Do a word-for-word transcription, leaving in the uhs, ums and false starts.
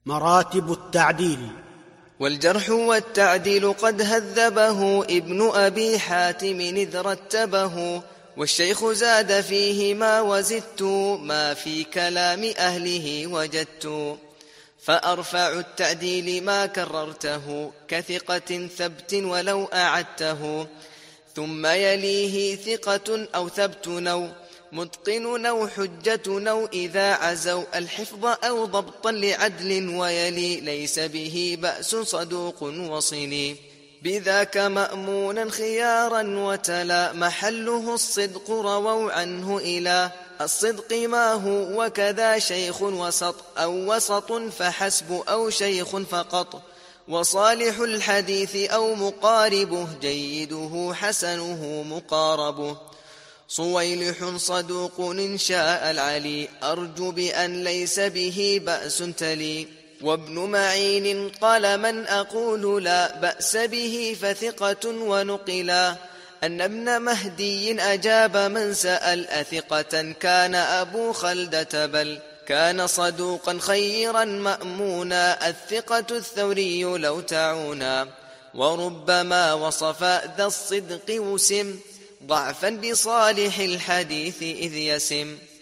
مراتب التعديل. والجرح والتعديل قد هذبه ابن أبي حاتم إذ رتبه، والشيخ زاد فيه ما وزدت، ما في كلام أهله وجدت. فأرفع التعديل ما كررته، كثقة ثبت ولو أعدته. ثم يليه ثقة أو ثبت نو متقن نو حجة نو إذا عزوا الحفظ أو ضبطا لعدل، ويلي ليس به بأس صدوق وصلي. بذاك مأمونا خيارا وتلا محله الصدق، رووا عنه إلى الصدق ما هو، وكذا شيخ وسط أو وسط فحسب أو شيخ فقط. وصالح الحديث أو مقاربه، جيده حسنه مقاربه. صويلح صدوق إن شاء العلي، أرجو بأن ليس به بأس تلي. وابن معين قال من أقول لا بأس به فثقة، ونقلا أن ابن مهدي أجاب من سأل، أثقة كان أبو خلدة بل كان صدوقا خيرا مأمونا. الثقة الثوري لو تعونا، وربما وصف ذا الصدق وسم ضعفا بصالح الحديث إذ يسم.